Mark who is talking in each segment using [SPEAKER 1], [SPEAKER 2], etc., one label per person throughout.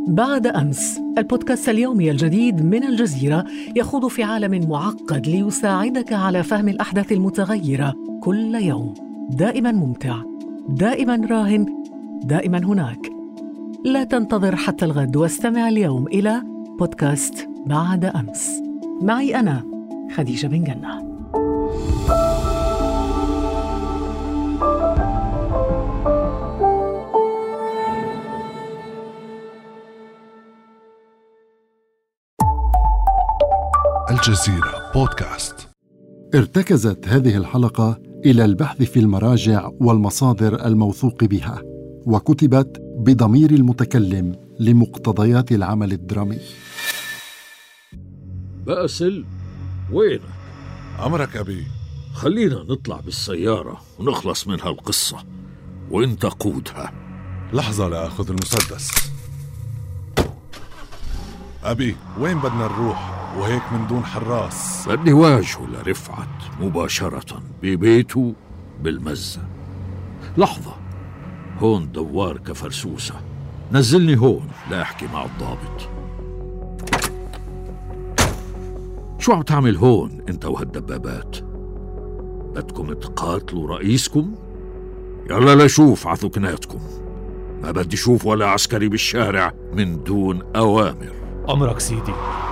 [SPEAKER 1] بعد أمس، البودكاست اليومي الجديد من الجزيرة يخوض في عالم معقد ليساعدك على فهم الأحداث المتغيرة كل يوم. دائما ممتع، دائما راهن، دائما هناك. لا تنتظر حتى الغد واستمع اليوم إلى بودكاست بعد أمس. معي أنا خديجة بن جنة.
[SPEAKER 2] الجزيرة بودكاست.
[SPEAKER 3] ارتكزت هذه الحلقة إلى البحث في المراجع والمصادر الموثوق بها، وكتبت بضمير المتكلم لمقتضيات العمل الدرامي.
[SPEAKER 4] باسل، وينك؟
[SPEAKER 2] أمرك أبي.
[SPEAKER 4] خلينا نطلع بالسيارة ونخلص من هالقصة وانت قودها.
[SPEAKER 2] لحظة لأخذ المسدس. أبي، وين بدنا نروح وهيك من دون حراس؟
[SPEAKER 4] بدي واجهه لرفعت مباشرة ببيته بالمزة. لحظة، هون دوار كفرسوسة، نزلني هون لأحكي مع الضابط. شو عم تعمل هون انت وهالدبابات؟ بدكم تقاتلوا رئيسكم؟ يلا لشوف عثكناتكم. ما بدي شوف ولا عسكري بالشارع من دون أوامر.
[SPEAKER 5] أمرك سيدي.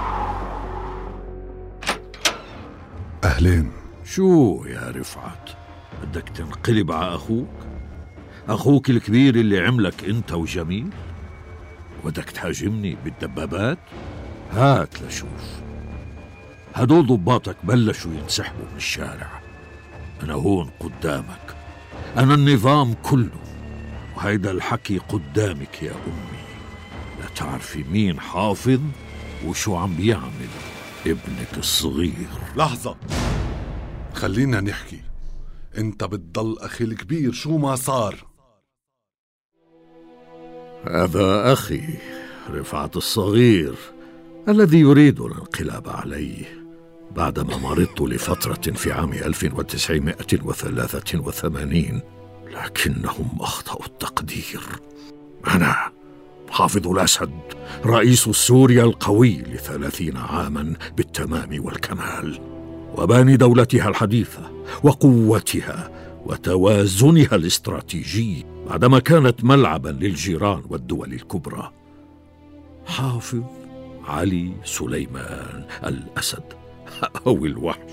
[SPEAKER 2] أهلين.
[SPEAKER 4] شو يا رفعت، بدك تنقلب على أخوك الكبير اللي عملك انت وجميل؟ بدك تهاجمني بالدبابات؟ هات لشوف. هدول ضباطك بلشوا ينسحبوا من الشارع. أنا هون قدامك، أنا النظام كله، وهيدا الحكي قدامك يا أمي. لا تعرفي مين حافظ وشو عم بيعمل ابنك الصغير.
[SPEAKER 2] لحظة، خلينا نحكي. انت بتضل أخي الكبير شو ما صار.
[SPEAKER 4] هذا أخي رفعت الصغير الذي يريد الانقلاب عليه بعدما مرضت لفترة في عام 1983، لكنهم أخطأوا التقدير. أنا حافظ الأسد، رئيس سوريا القوي ل30 عاما بالتمام والكمال، وباني دولتها الحديثة وقوتها وتوازنها الاستراتيجي بعدما كانت ملعبا للجيران والدول الكبرى. حافظ علي سليمان الأسد أو الوحش.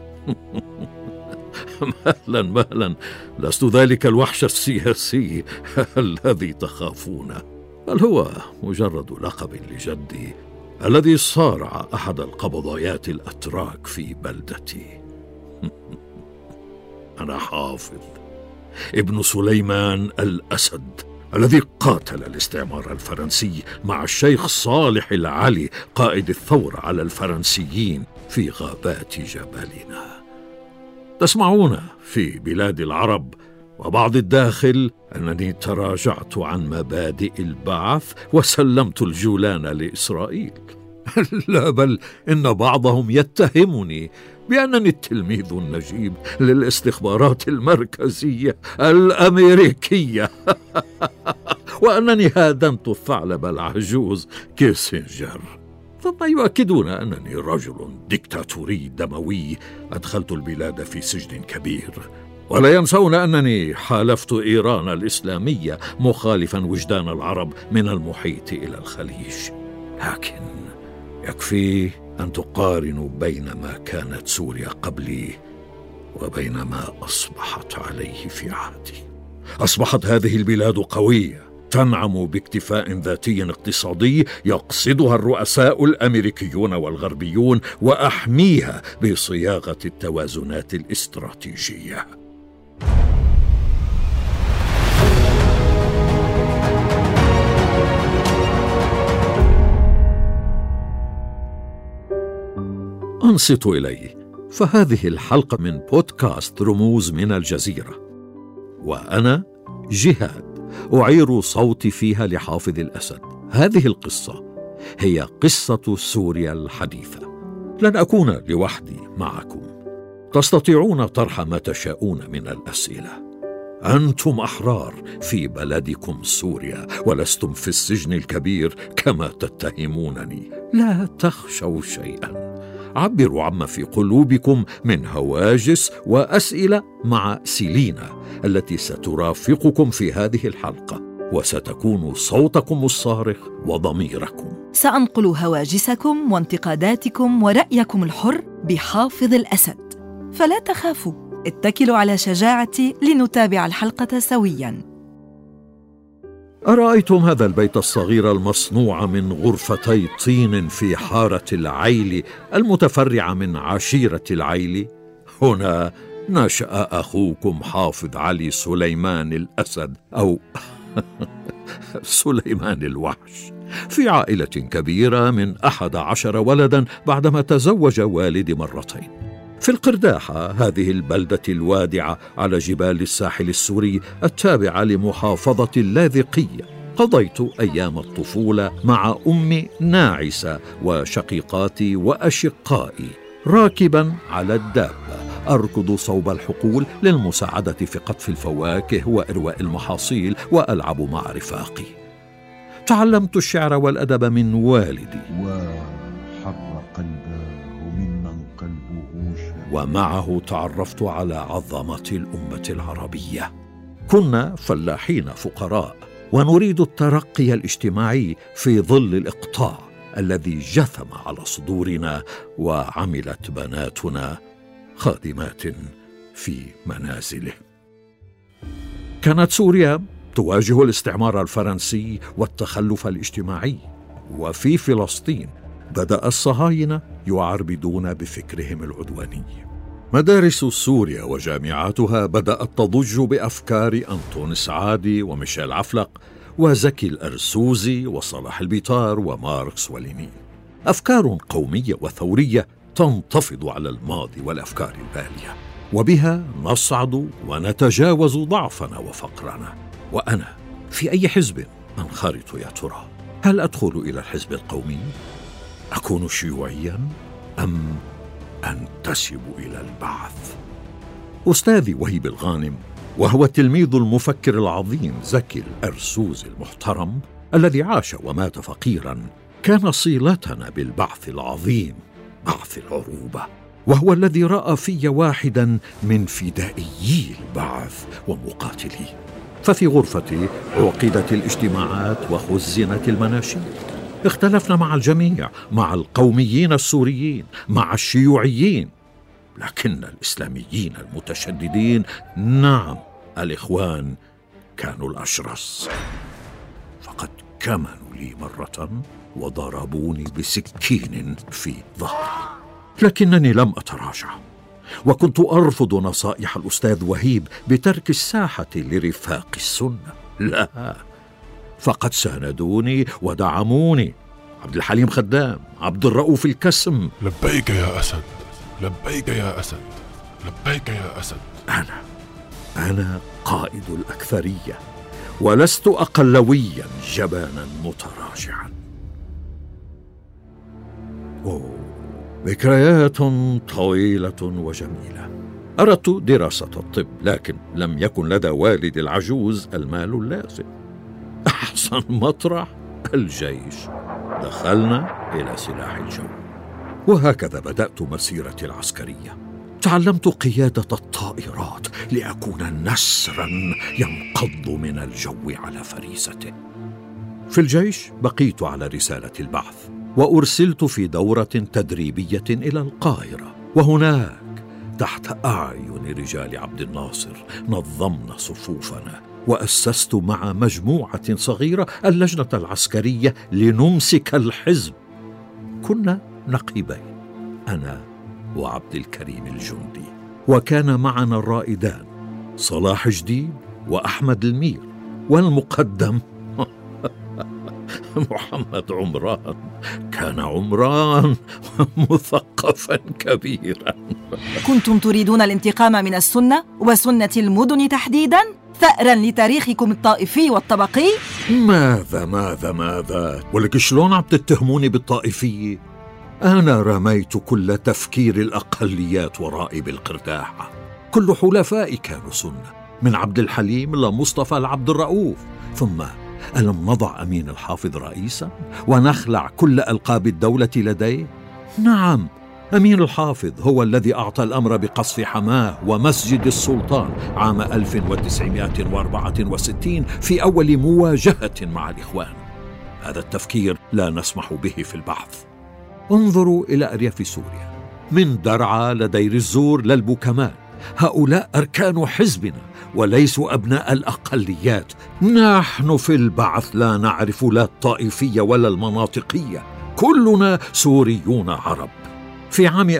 [SPEAKER 4] مهلا، لست ذلك الوحش السياسي الذي تخافونه، بل هو مجرد لقب لجدي الذي صارع أحد القبضيات الأتراك في بلدتي. أنا حافظ ابن سليمان الأسد الذي قاتل الاستعمار الفرنسي مع الشيخ صالح العلي قائد الثورة على الفرنسيين في غابات جبلنا. تسمعون في بلاد العرب وبعض الداخل أنني تراجعت عن مبادئ البعث وسلمت الجولان لإسرائيل. لا، بل إن بعضهم يتهمني بأنني التلميذ النجيب للاستخبارات المركزية الأمريكية وأنني هادنت الثعلب العجوز كيسنجر. ثم يؤكدون أنني رجل ديكتاتوري دموي أدخلت البلاد في سجن كبير، ولا ينسون أنني حالفت إيران الإسلامية مخالفا وجدان العرب من المحيط إلى الخليج. لكن يكفي أن تقارنوا بين ما كانت سوريا قبلي وبين ما أصبحت عليه في عهدي. أصبحت هذه البلاد قوية، تنعم باكتفاء ذاتي اقتصادي يقصدها الرؤساء الأمريكيون والغربيون، وأحميها بصياغة التوازنات الاستراتيجية. أنصتوا إلي، فهذه الحلقة من بودكاست رموز من الجزيرة، وأنا جهاد أعير صوتي فيها لحافظ الأسد. هذه القصة هي قصة سوريا الحديثة. لن أكون لوحدي معكم، تستطيعون طرح ما تشاءون من الأسئلة، أنتم أحرار في بلدكم سوريا، ولستم في السجن الكبير كما تتهمونني. لا تخشوا شيئا، عبروا عما في قلوبكم من هواجس وأسئلة مع سيلينا التي سترافقكم في هذه الحلقة، وستكون صوتكم الصارخ وضميركم.
[SPEAKER 5] سأنقل هواجسكم وانتقاداتكم ورأيكم الحر بحافظ الأسد، فلا تخافوا، اتكلوا على شجاعتي لنتابع الحلقة سوياً.
[SPEAKER 4] أرأيتم هذا البيت الصغير المصنوع من غرفتي طين في حارة العيل المتفرعة من عشيرة العيل؟ هنا نشأ أخوكم حافظ علي سليمان الأسد، أو سليمان الوحش، في عائلة كبيرة من 11 ولداً بعدما تزوج والدي مرتين. في القرداحة، هذه البلدة الوادعة على جبال الساحل السوري التابعة لمحافظة اللاذقية، قضيت أيام الطفولة مع أمي ناعسة وشقيقاتي وأشقائي، راكباً على الدابة أركض صوب الحقول للمساعدة في قطف الفواكه وإرواء المحاصيل وألعب مع رفاقي. تعلمت الشعر والأدب من والدي،
[SPEAKER 6] وحر قلبه ممن قلبه شر،
[SPEAKER 4] ومعه تعرفت على عظمة الأمة العربية. كنا فلاحين فقراء ونريد الترقي الاجتماعي في ظل الإقطاع الذي جثم على صدورنا، وعملت بناتنا خادمات في منازله. كانت سوريا تواجه الاستعمار الفرنسي والتخلف الاجتماعي، وفي فلسطين بدأ الصهاينة يعربدون بفكرهم العدواني. مدارس سوريا وجامعاتها بدأت تضج بأفكار أنطون سعادي وميشيل عفلق وزكي الأرسوزي وصلاح البيطار وماركس ولينين، أفكار قومية وثورية تنتفض على الماضي والأفكار البالية، وبها نصعد ونتجاوز ضعفنا وفقرنا. وأنا في أي حزب أنخرط يا ترى؟ هل أدخل إلى الحزب القومي؟ أكون شيوعيا أم أنتسب إلى البعث؟ أستاذي وهيب الغانم، وهو تلميذ المفكر العظيم زكي الأرسوزي المحترم الذي عاش ومات فقيرا، كان صلتنا بالبعث العظيم، بعث العروبة، وهو الذي رأى في واحدا من فدائيي البعث ومقاتليه. ففي غرفتي عقدت الاجتماعات وخزنت المناشير، اختلفنا مع الجميع، مع القوميين السوريين، مع الشيوعيين، لكن الإسلاميين المتشددين، نعم الإخوان، كانوا الأشرس. فقد كمنوا لي مرة وضربوني بسكين في ظهري، لكنني لم أتراجع، وكنت أرفض نصائح الأستاذ وهيب بترك الساحة لرفاق السنة. لا، فقد ساندوني ودعموني، عبد الحليم خدام، عبد الرؤوف الكسم.
[SPEAKER 7] لبيك يا أسد، لبيك يا أسد، لبيك يا أسد.
[SPEAKER 4] أنا قائد الأكثرية، ولست أقلويا جبانا متراجعا. ذكريات طويلة وجميلة. أردت دراسة الطب، لكن لم يكن لدى والدي العجوز المال اللازم. أحسن مطرح الجيش، دخلنا إلى سلاح الجو، وهكذا بدأت مسيرتي العسكرية. تعلمت قيادة الطائرات لأكون نسرا ينقض من الجو على فريسته. في الجيش بقيت على رسالة البعث، وأرسلت في دورة تدريبية إلى القاهرة، وهناك تحت أعين رجال عبد الناصر نظمنا صفوفنا، وأسست مع مجموعة صغيرة اللجنة العسكرية لنمسك الحزب. كنا نقيبين، أنا وعبد الكريم الجندي، وكان معنا الرائدان صلاح جديد وأحمد المير، والمقدم محمد عمران. كان عمران مثقفا كبيرا.
[SPEAKER 5] كنتم تريدون الانتقام من السنة وسنة المدن تحديداً، ثأرا لتاريخكم الطائفي والطبقي؟
[SPEAKER 4] ماذا ولك شلون عم تتهموني بالطائفية؟ أنا رميت كل تفكير الأقليات ورائي بالقرداحة، كل حلفائي كانوا سنة، من عبد الحليم لمصطفى لعبد الرؤوف. ثم ألم نضع أمين الحافظ رئيسا ونخلع كل ألقاب الدولة لديه؟ نعم، أمين الحافظ هو الذي أعطى الأمر بقصف حماه ومسجد السلطان عام 1964 في أول مواجهة مع الإخوان. هذا التفكير لا نسمح به في البحث. انظروا إلى أرياف سوريا، من درعا لدير الزور للبوكمال، هؤلاء أركان حزبنا وليسوا أبناء الأقليات. نحن في البعث لا نعرف لا الطائفية ولا المناطقية، كلنا سوريون عرب. في عام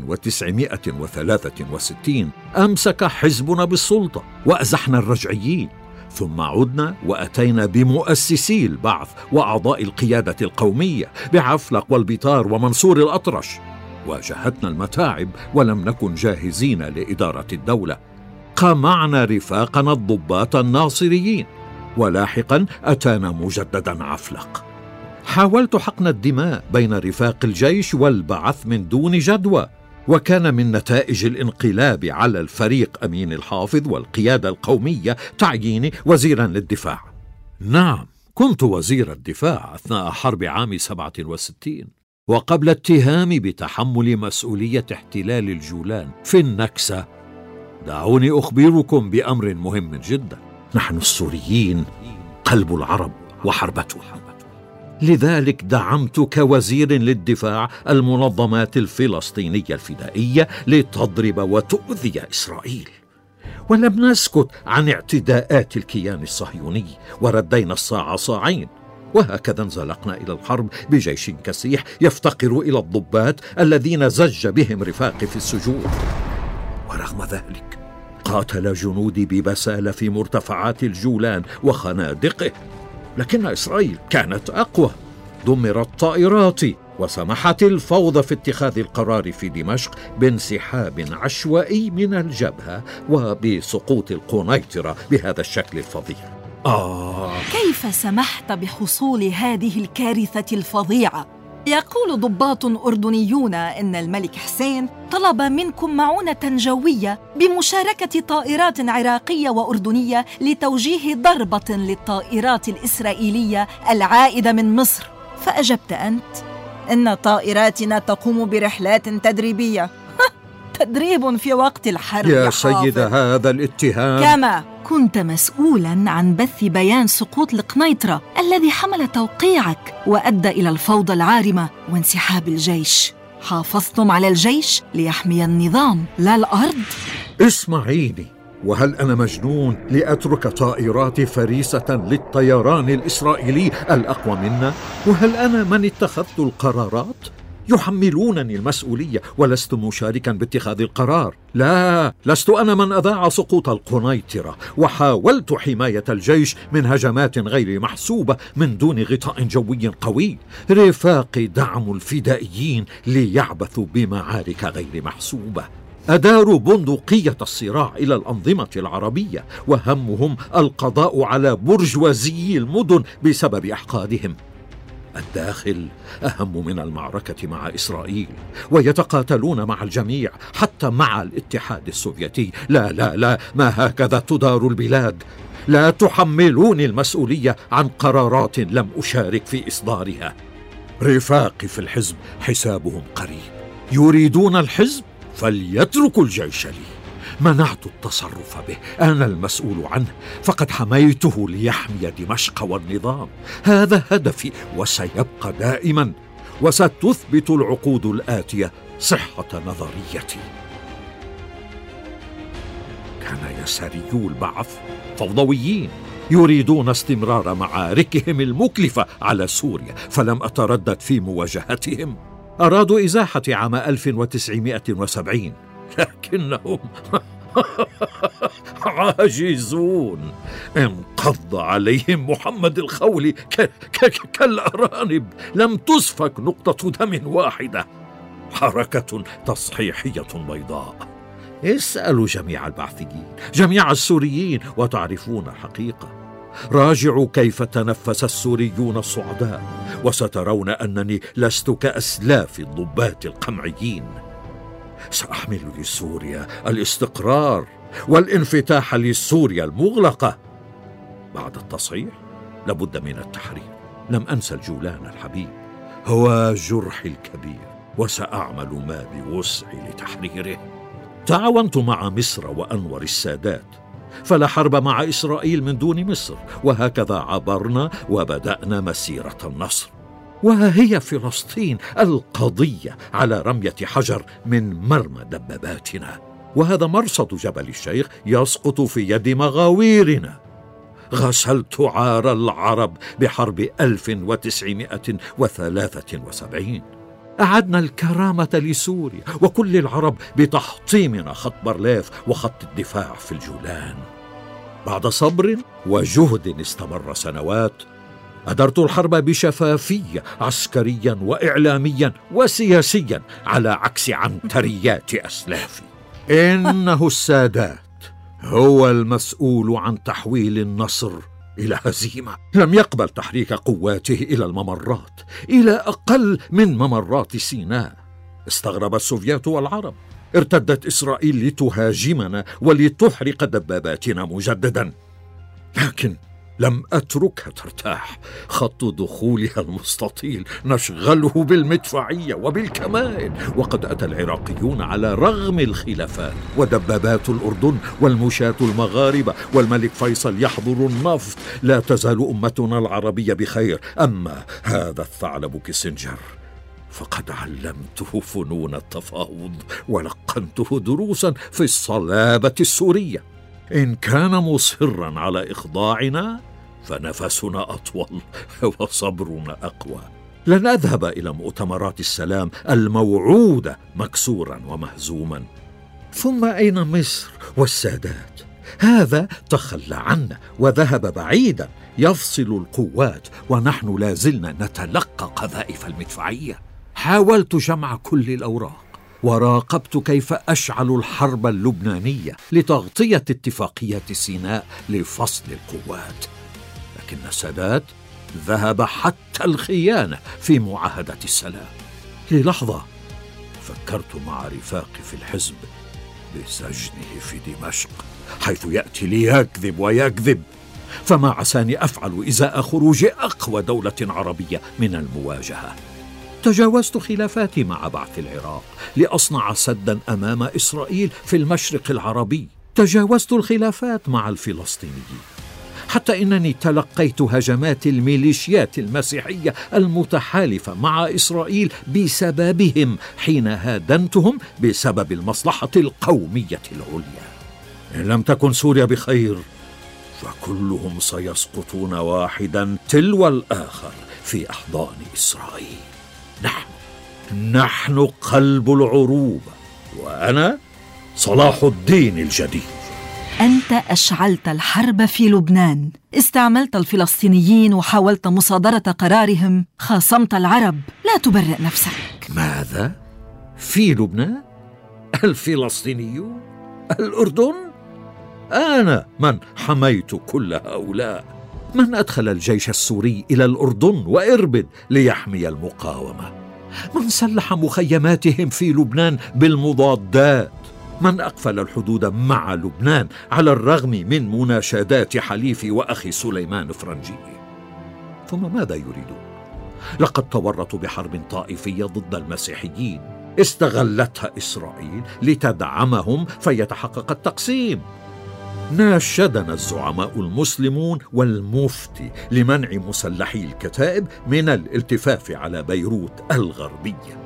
[SPEAKER 4] 1963 أمسك حزبنا بالسلطة وأزحنا الرجعيين، ثم عدنا وأتينا بمؤسسي البعث وأعضاء القيادة القومية بعفلق والبطار ومنصور الأطرش. واجهتنا المتاعب ولم نكن جاهزين لإدارة الدولة. قمعنا رفاقنا الضباط الناصريين، ولاحقا أتانا مجددا عفلق. حاولت حقن الدماء بين رفاق الجيش والبعث من دون جدوى، وكان من نتائج الانقلاب على الفريق أمين الحافظ والقيادة القومية تعييني وزيرا للدفاع. نعم، كنت وزير الدفاع أثناء حرب عام 67، وقبل اتهامي بتحمل مسؤولية احتلال الجولان في النكسة. دعوني أخبركم بأمر مهم جدا: نحن السوريين قلب العرب وحربتها، لذلك دعمت كوزير للدفاع المنظمات الفلسطينية الفدائية لتضرب وتؤذي إسرائيل. ولم نسكت عن اعتداءات الكيان الصهيوني، وردينا الصاع صاعين، وهكذا انزلقنا إلى الحرب بجيش كسيح يفتقر إلى الضباط الذين زج بهم رفاقي في السجون. ورغم ذلك قاتل جنودي ببسالة في مرتفعات الجولان وخنادقه، لكن إسرائيل كانت أقوى. دمرت طائراتي، وسمحت الفوضى في اتخاذ القرار في دمشق بانسحاب عشوائي من الجبهة وبسقوط القنيطرة بهذا الشكل الفظيع.
[SPEAKER 5] كيف سمحت بحصول هذه الكارثة الفظيعة؟ يقول ضباط أردنيون إن الملك حسين طلب منكم معونة جوية بمشاركة طائرات عراقية وأردنية لتوجيه ضربة للطائرات الإسرائيلية العائدة من مصر، فأجبت أنت إن طائراتنا تقوم برحلات تدريبية. تدريب في وقت الحرب
[SPEAKER 4] يا سيدة، هذا الاتهام.
[SPEAKER 5] كما كنت مسؤولاً عن بث بيان سقوط القنيطرة الذي حمل توقيعك وأدى إلى الفوضى العارمة وانسحاب الجيش. حافظتم على الجيش ليحمي النظام لا الأرض.
[SPEAKER 4] اسمعيني، وهل أنا مجنون لأترك طائراتي فريسة للطيران الإسرائيلي الأقوى منا؟ وهل أنا من اتخذت القرارات؟ يحملونني المسؤولية ولست مشاركا باتخاذ القرار. لا، لست أنا من أذاع سقوط القنيطرة، وحاولت حماية الجيش من هجمات غير محسوبة من دون غطاء جوي قوي. رفاقي دعموا الفدائيين ليعبثوا بمعارك غير محسوبة، أداروا بندقية الصراع إلى الأنظمة العربية، وهمهم القضاء على برجوازي المدن بسبب أحقادهم. الداخل أهم من المعركة مع إسرائيل، ويتقاتلون مع الجميع حتى مع الاتحاد السوفيتي. لا لا لا، ما هكذا تدار البلاد. لا تحملوني المسؤولية عن قرارات لم أشارك في إصدارها. رفاقي في الحزب حسابهم قريب، يريدون الحزب فليتركوا الجيش لي. منعت التصرف به، أنا المسؤول عنه، فقد حميته ليحمي دمشق والنظام. هذا هدفي وسيبقى دائما، وستثبت العقود الآتية صحة نظريتي. كان يساريو البعث فوضويين يريدون استمرار معاركهم المكلفة على سوريا، فلم أتردد في مواجهتهم. أرادوا إزاحتي عام 1970، لكنهم عاجزون. انقض عليهم محمد الخولي كالأرانب، لم تسفك نقطة دم واحدة. حركة تصحيحية بيضاء. اسألوا جميع البعثيين، جميع السوريين، وتعرفون الحقيقة. راجعوا كيف تنفس السوريون الصعداء، وسترون أنني لست كأسلاف الضباط القمعيين. سأحمل لسوريا الاستقرار، والانفتاح لسوريا المغلقة. بعد التصحيح لابد من التحرير. لم أنسى الجولان الحبيب، هو جرحي الكبير، وسأعمل ما بوسعي لتحريره. تعاونت مع مصر وأنور السادات، فلا حرب مع إسرائيل من دون مصر، وهكذا عبرنا وبدأنا مسيرة النصر. وها هي فلسطين القضية على رمية حجر من مرمى دباباتنا، وهذا مرصد جبل الشيخ يسقط في يد مغاويرنا. غسلت عار العرب بحرب 1973. أعدنا الكرامة لسوريا وكل العرب بتحطيمنا خط بارليف وخط الدفاع في الجولان. بعد صبر وجهد استمر سنوات، أدرت الحرب بشفافية عسكريا وإعلاميا وسياسيا، على عكس عنتريات أسلافي. إنه السادات هو المسؤول عن تحويل النصر إلى هزيمة. لم يقبل تحريك قواته إلى الممرات، إلى أقل من ممرات سيناء. استغرب السوفيات والعرب. ارتدت إسرائيل لتهاجمنا ولتحرق دباباتنا مجددا، لكن لم أتركها ترتاح. خط دخولها المستطيل نشغله بالمدفعية وبالكمائن، وقد أتى العراقيون على رغم الخلافات، ودبابات الأردن والمشاة المغاربة والملك فيصل يحضر النفط. لا تزال أمتنا العربية بخير. أما هذا الثعلب كيسنجر فقد علمته فنون التفاوض ولقنته دروسا في الصلابة السورية. إن كان مصرا على إخضاعنا فنفسنا أطول وصبرنا أقوى. لن أذهب إلى مؤتمرات السلام الموعودة مكسورا ومهزوما. ثم أين مصر والسادات؟ هذا تخلى عنا وذهب بعيدا يفصل القوات، ونحن لازلنا نتلقى قذائف المدفعية. حاولت جمع كل الأوراق وراقبت كيف أشعل الحرب اللبنانية لتغطية اتفاقية سيناء لفصل القوات، لكن السادات ذهب حتى الخيانة في معاهدة السلام. للحظة فكرت مع رفاقي في الحزب بسجنه في دمشق، حيث يأتي ليكذب ويكذب. فما عساني أفعل إزاء خروج أقوى دولة عربية من المواجهة. تجاوزت خلافاتي مع بعث العراق لأصنع سدا أمام إسرائيل في المشرق العربي. تجاوزت الخلافات مع الفلسطينيين، حتى إنني تلقيت هجمات الميليشيات المسيحية المتحالفة مع إسرائيل بسببهم، حين هادنتهم بسبب المصلحة القومية العليا. إن لم تكن سوريا بخير فكلهم سيسقطون واحدا تلو الآخر في أحضان إسرائيل. نحن قلب العروبة، وأنا صلاح الدين الجديد.
[SPEAKER 5] أنت أشعلت الحرب في لبنان، استعملت الفلسطينيين وحاولت مصادرة قرارهم، خاصمت العرب. لا تبرئ نفسك.
[SPEAKER 4] ماذا؟ في لبنان؟ الفلسطينيون؟ الأردن؟ أنا من حميت كل هؤلاء. من أدخل الجيش السوري إلى الأردن وإربد ليحمي المقاومة؟ من سلح مخيماتهم في لبنان بالمضادات؟ من أقفل الحدود مع لبنان على الرغم من مناشدات حليفي وأخي سليمان فرنجي؟ ثم ماذا يريدون؟ لقد تورطوا بحرب طائفية ضد المسيحيين استغلتها إسرائيل لتدعمهم فيتحقق التقسيم. ناشدنا الزعماء المسلمون والمفتي لمنع مسلحي الكتائب من الالتفاف على بيروت الغربية،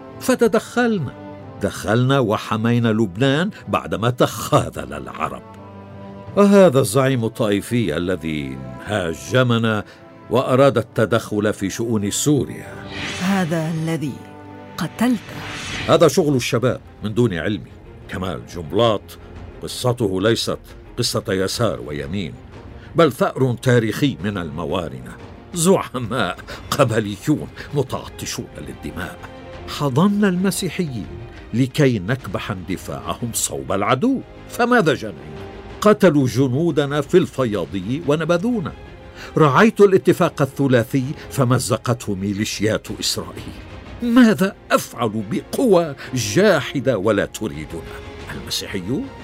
[SPEAKER 4] دخلنا وحمينا لبنان بعدما تخاذل العرب. وهذا الزعيم الطائفي الذي هاجمنا وأراد التدخل في شؤون سوريا،
[SPEAKER 5] هذا الذي قتلته.
[SPEAKER 4] هذا شغل الشباب من دون علمي. كمال جنبلاط قصته ليست قصة يسار ويمين، بل ثأر تاريخي من الموارنة. زعماء قبليون متعطشون للدماء. حضننا المسيحيين لكي نكبح اندفاعهم صوب العدو. فماذا جنينا؟ قتلوا جنودنا في الفياضي ونبذونا. رعيت الاتفاق الثلاثي فمزقته ميليشيات إسرائيل. ماذا أفعل بقوى جاحدة ولا تريدنا؟ المسيحيون؟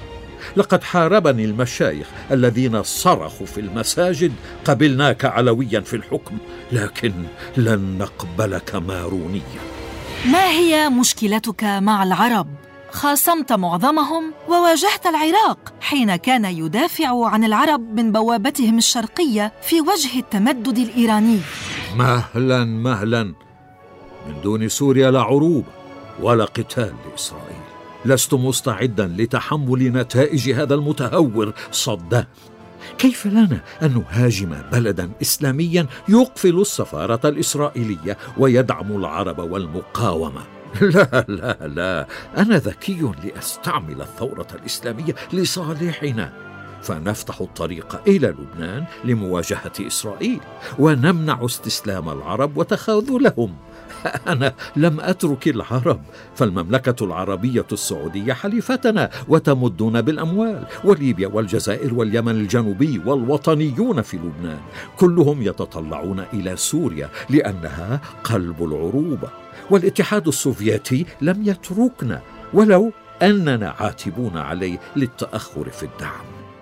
[SPEAKER 4] لقد حاربني المشايخ الذين صرخوا في المساجد: قبلناك علويا في الحكم، لكن لن نقبلك مارونيا.
[SPEAKER 5] ما هي مشكلتك مع العرب؟ خاصمت معظمهم وواجهت العراق حين كان يدافع عن العرب من بوابتهم الشرقية في وجه التمدد الإيراني.
[SPEAKER 4] مهلا مهلا، من دون سوريا لا عروبة ولا قتال لإسرائيل. لست مستعدا لتحمل نتائج هذا المتهور صدام. كيف لنا أن نهاجم بلدا إسلاميا يقفل السفارة الإسرائيلية ويدعم العرب والمقاومة؟ لا لا لا، أنا ذكي لأستعمل الثورة الإسلامية لصالحنا، فنفتح الطريق إلى لبنان لمواجهة إسرائيل ونمنع استسلام العرب وتخاذلهم. أنا لم أترك العرب، فالمملكة العربية السعودية حليفتنا وتمدنا بالأموال، وليبيا والجزائر واليمن الجنوبي والوطنيون في لبنان كلهم يتطلعون إلى سوريا لأنها قلب العروبة، والاتحاد السوفيتي لم يتركنا ولو أننا عاتبون عليه للتأخر في الدعم.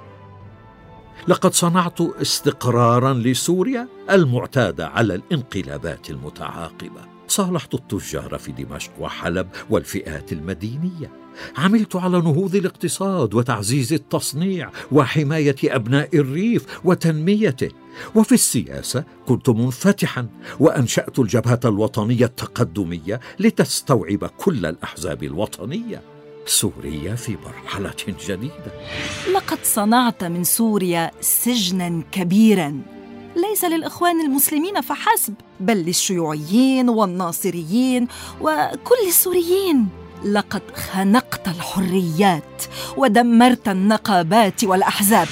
[SPEAKER 4] لقد صنعت استقرارا لسوريا المعتادة على الانقلابات المتعاقبة. صالحت التجار في دمشق وحلب والفئات المدينية. عملت على نهوض الاقتصاد وتعزيز التصنيع وحماية أبناء الريف وتنميته. وفي السياسة كنت منفتحا، وأنشأت الجبهة الوطنية التقدمية لتستوعب كل الأحزاب الوطنية. سوريا في مرحلة جديدة.
[SPEAKER 5] لقد صنعت من سوريا سجنا كبيرا، ليس للإخوان المسلمين فحسب، بل للشيوعيين والناصريين وكل السوريين. لقد خنقت الحريات ودمرت النقابات والأحزاب.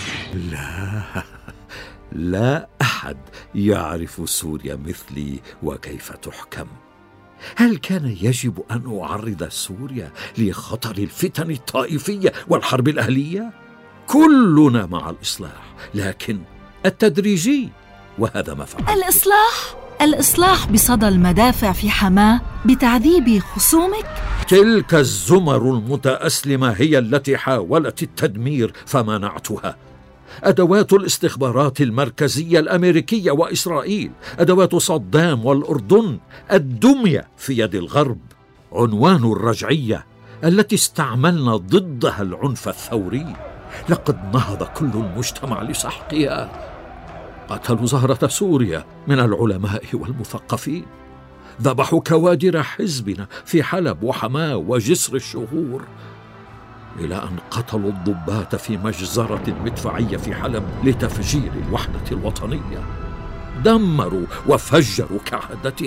[SPEAKER 4] لا أحد يعرف سوريا مثلي وكيف تحكم. هل كان يجب أن أعرض سوريا لخطر الفتن الطائفية والحرب الأهلية؟ كلنا مع الإصلاح، لكن التدريجي، وهذا ما فعلت.
[SPEAKER 5] الإصلاح بصدى المدافع في حماة، بتعذيب خصومك.
[SPEAKER 4] تلك الزمر المتأسلمة هي التي حاولت التدمير فمنعتها. أدوات الاستخبارات المركزية الأمريكية وإسرائيل، أدوات صدام والأردن، الدمية في يد الغرب، عنوان الرجعية التي استعملنا ضدها العنف الثوري. لقد نهض كل المجتمع لسحقها. قتلوا زهرة سوريا من العلماء والمثقفين، ذبحوا كوادر حزبنا في حلب وحماة وجسر الشهور، إلى أن قتلوا الضباط في مجزرة مدفعية في حلب لتفجير الوحدة الوطنية. دمروا وفجروا كعادتهم،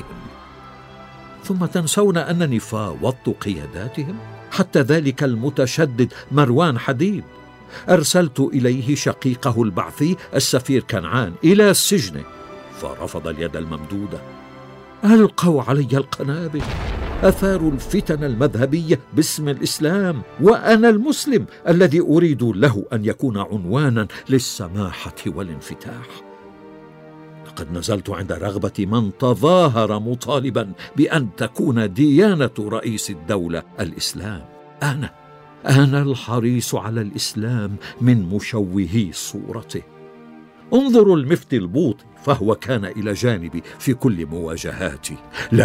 [SPEAKER 4] ثم تنسون أنني فاوضت قياداتهم، حتى ذلك المتشدد مروان حديد أرسلت إليه شقيقه البعثي السفير كنعان إلى سجنه، فرفض اليد الممدودة. ألقوا علي القنابل، أثاروا الفتن المذهبية باسم الإسلام، وأنا المسلم الذي أريد له أن يكون عنوانا للسماحة والانفتاح. لقد نزلت عند رغبة من تظاهر مطالبا بأن تكون ديانة رئيس الدولة الإسلام. أنا الحريص على الإسلام من مشوهي صورته. انظروا المفتي البوطي، فهو كان إلى جانبي في كل مواجهاتي.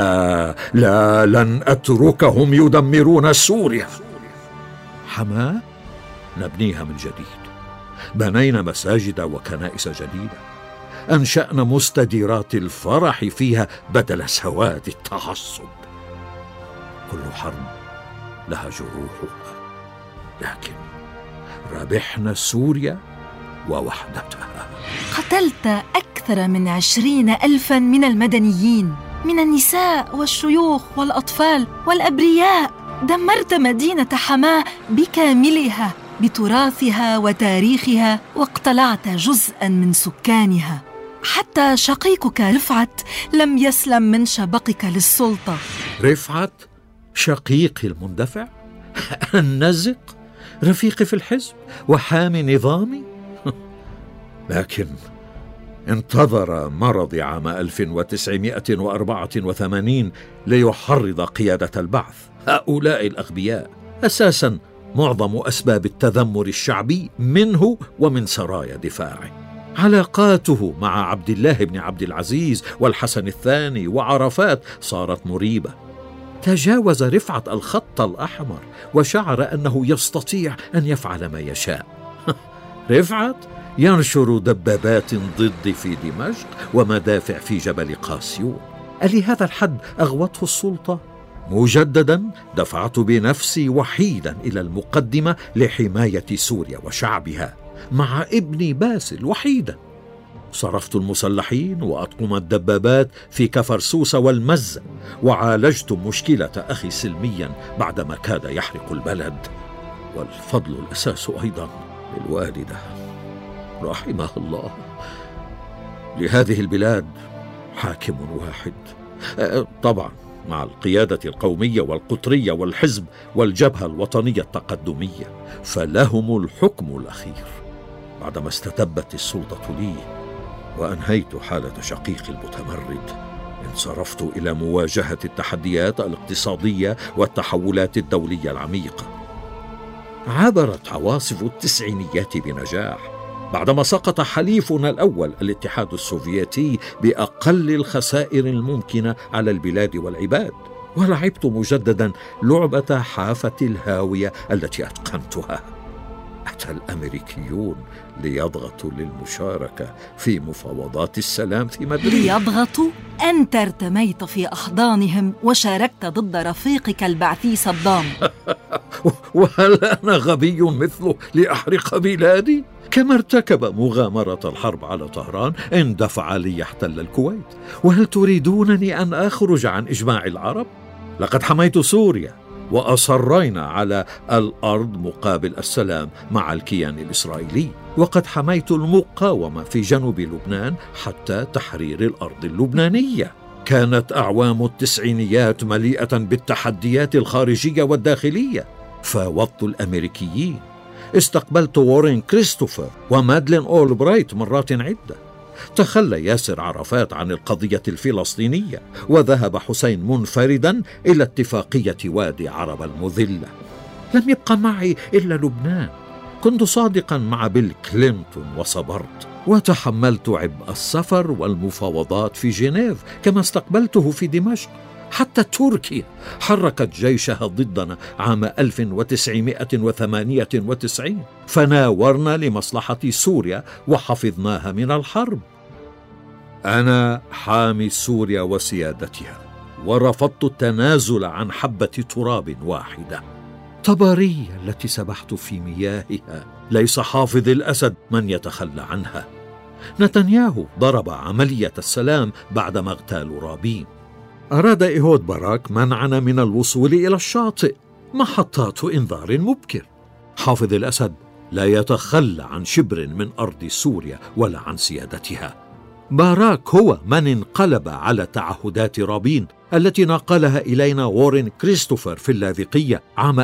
[SPEAKER 4] لا لن أتركهم يدمرون سوريا. حماة نبنيها من جديد، بنينا مساجد وكنائس جديدة، أنشأنا مستديرات الفرح فيها بدل سواد التعصب. كل حرب لها جروحها، لكن ربحنا سوريا ووحدتها.
[SPEAKER 5] قتلت أكثر من 20,000 من المدنيين، من النساء والشيوخ والأطفال والأبرياء. دمرت مدينة حماة بكاملها بتراثها وتاريخها، واقتلعت جزءاً من سكانها. حتى شقيقك رفعت لم يسلم من شبقك للسلطة.
[SPEAKER 4] رفعت شقيقي المندفع، النزق، رفيقي في الحزب وحامي نظامي. لكن انتظر مرضي عام 1984 ليحرض قيادة البعث. هؤلاء الأغبياء أساساً معظم أسباب التذمر الشعبي منه ومن سرايا دفاعه. علاقاته مع عبد الله بن عبد العزيز والحسن الثاني وعرفات صارت مريبة. تجاوز رفعت الخط الأحمر وشعر أنه يستطيع أن يفعل ما يشاء. رفعت ينشر دبابات ضدي في دمشق ومدافع في جبل قاسيون. ألهذا الحد أغوته السلطة؟ مجددا دفعت بنفسي وحيدا إلى المقدمة لحماية سوريا وشعبها مع ابني باسل وحيدا. صرفت المسلحين وأطقم الدبابات في كفر سوسة والمزة، وعالجت مشكلة أخي سلميا بعدما كاد يحرق البلد. والفضل الأساس أيضا للوالدة رحمها الله. لهذه البلاد حاكم واحد، طبعا مع القيادة القومية والقطرية والحزب والجبهة الوطنية التقدمية، فلهم الحكم الأخير. بعدما استتبت السلطة لي وأنهيت حالة شقيقي المتمرد، انصرفت إلى مواجهة التحديات الاقتصادية والتحولات الدولية العميقة. عبرت عواصف التسعينيات بنجاح بعدما سقط حليفنا الأول الاتحاد السوفيتي بأقل الخسائر الممكنة على البلاد والعباد، ولعبت مجددا لعبة حافة الهاوية التي أتقنتها. أتى الأمريكيون ليضغطوا للمشاركة في مفاوضات السلام في مدريد.
[SPEAKER 5] ليضغطوا؟ أنت ارتميت في أحضانهم وشاركت ضد رفيقك البعثي صدام.
[SPEAKER 4] وهل أنا غبي مثله لأحرق بلادي؟ كما ارتكب مغامرة الحرب على طهران اندفع ليحتل الكويت. وهل تريدونني أن أخرج عن إجماع العرب؟ لقد حميت سوريا وأصرينا على الأرض مقابل السلام مع الكيان الإسرائيلي، وقد حميت المقاومة في جنوب لبنان حتى تحرير الأرض اللبنانية. كانت أعوام التسعينيات مليئة بالتحديات الخارجية والداخلية. فاوضت الأمريكيين، استقبلت وارين كريستوفر ومادلين أولبرايت مرات عدة. تخلى ياسر عرفات عن القضية الفلسطينية، وذهب حسين منفردا إلى اتفاقية وادي عرب المذلة. لم يبقى معي إلا لبنان. كنت صادقا مع بيل كلينتون وصبرت، وتحملت عبء السفر والمفاوضات في جنيف كما استقبلته في دمشق. حتى تركيا حركت جيشها ضدنا عام 1998، فناورنا لمصلحة سوريا وحفظناها من الحرب. أنا حامي سوريا وسيادتها، ورفضت التنازل عن حبة تراب واحدة. طبرية التي سبحت في مياهها ليس حافظ الأسد من يتخلى عنها. نتنياهو ضرب عملية السلام بعدما اغتالوا رابين. أراد إيهود باراك منعنا من الوصول إلى الشاطئ، محطات إنذار مبكر. حافظ الأسد لا يتخلى عن شبر من أرض سوريا ولا عن سيادتها. باراك هو من انقلب على تعهدات رابين التي نقلها إلينا وارين كريستوفر في اللاذقية عام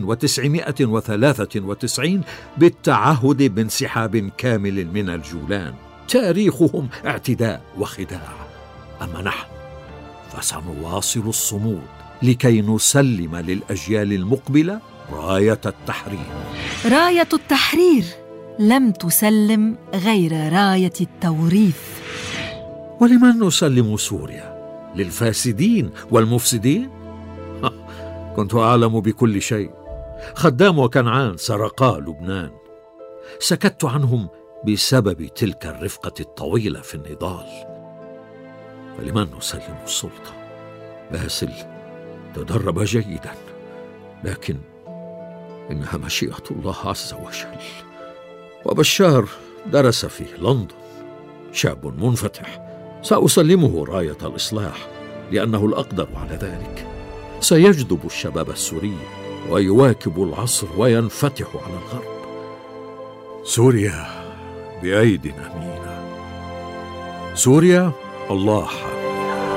[SPEAKER 4] 1993 بالتعهد بانسحاب كامل من الجولان. تاريخهم اعتداء وخداع. أما نحن فسنواصل الصمود لكي نسلم للأجيال المقبلة راية التحرير.
[SPEAKER 5] راية التحرير لم تسلم غير راية التوريث.
[SPEAKER 4] ولمن نسلم سوريا؟ للفاسدين والمفسدين؟ كنت أعلم بكل شيء. خدام وكنعان سرقا لبنان. سكت عنهم بسبب تلك الرفقة الطويلة في النضال. فلمن نسلم السلطة؟ باسل تدرب جيدا، لكن إنها مشيئة الله عز وجل. وبشار درس في لندن، شاب منفتح. سأسلمه راية الإصلاح لأنه الأقدر على ذلك. سيجذب الشباب السوري ويواكب العصر وينفتح على الغرب. سوريا بأيدي أمينة. سوريا الله حاميها.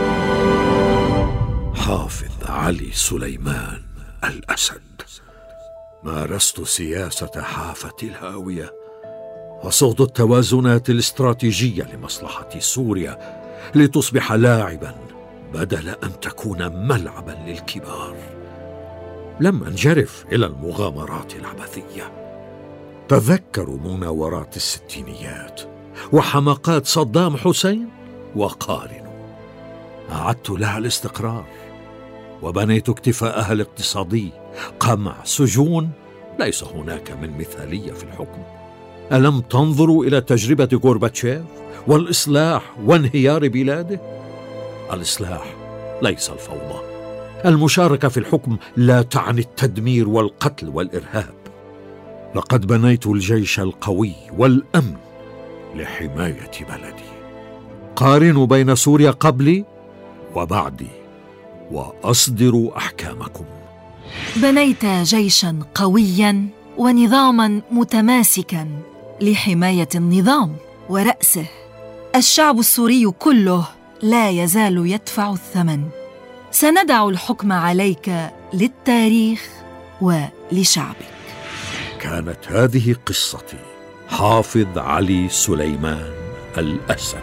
[SPEAKER 4] حافظ علي سليمان الأسد. مارست سياسة حافة الهاوية وصوت التوازنات الاستراتيجية لمصلحة سوريا لتصبح لاعبا بدل أن تكون ملعبا للكبار. لم أنجرف إلى المغامرات العبثية. تذكروا مناورات الستينيات وحماقات صدام حسين وقارنوا. أعدت لها الاستقرار وبنيت اكتفاءها الاقتصادي. قمع، سجون، ليس هناك من مثالية في الحكم. ألم تنظروا إلى تجربة غورباتشيف والإصلاح وانهيار بلاده؟ الإصلاح ليس الفوضى. المشاركة في الحكم لا تعني التدمير والقتل والإرهاب. لقد بنيت الجيش القوي والأمن لحماية بلدي. قارنوا بين سوريا قبلي وبعدي وأصدروا أحكامكم.
[SPEAKER 5] بنيت جيشاً قوياً ونظاماً متماسكاً لحماية النظام ورأسه. الشعب السوري كله لا يزال يدفع الثمن. سندع الحكم عليك للتاريخ ولشعبك.
[SPEAKER 4] كانت هذه قصتي، حافظ علي سليمان الأسد.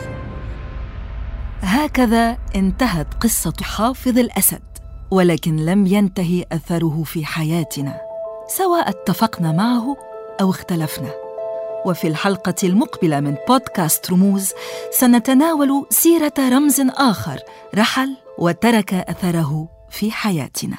[SPEAKER 5] هكذا انتهت قصة حافظ الأسد، ولكن لم ينتهي أثره في حياتنا، سواء اتفقنا معه أو اختلفنا. وفي الحلقة المقبلة من بودكاست رموز سنتناول سيرة رمز آخر رحل وترك أثره في حياتنا.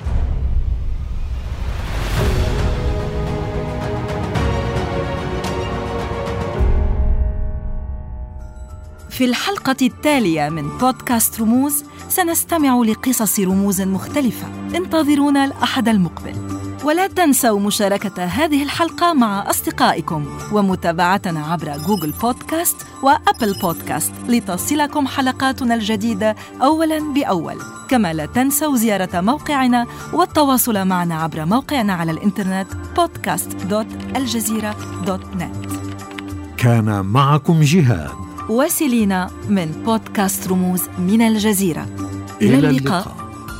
[SPEAKER 5] في الحلقة التالية من بودكاست رموز سنستمع لقصص رموز مختلفة. انتظرونا الأحد المقبل، ولا تنسوا مشاركة هذه الحلقة مع أصدقائكم ومتابعتنا عبر جوجل بودكاست وأبل بودكاست لتصلكم حلقاتنا الجديدة أولاً بأول. كما لا تنسوا زيارة موقعنا والتواصل معنا عبر موقعنا على الإنترنت podcast.aljazeera.net.
[SPEAKER 4] كان معكم جهاد
[SPEAKER 5] وسيلينا من بودكاست رموز من الجزيرة. إلى اللقاء.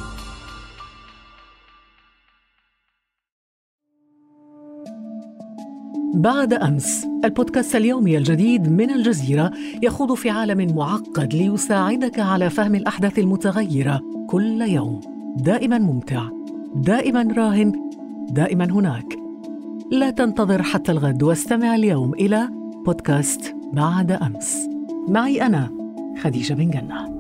[SPEAKER 1] بعد أمس، البودكاست اليومي الجديد من الجزيرة يخوض في عالم معقد ليساعدك على فهم الأحداث المتغيرة كل يوم. دائما ممتع، دائما راهن، دائما هناك. لا تنتظر حتى الغد واستمع اليوم إلى بودكاست بعد أمس. معي أنا خديجة بن جنة.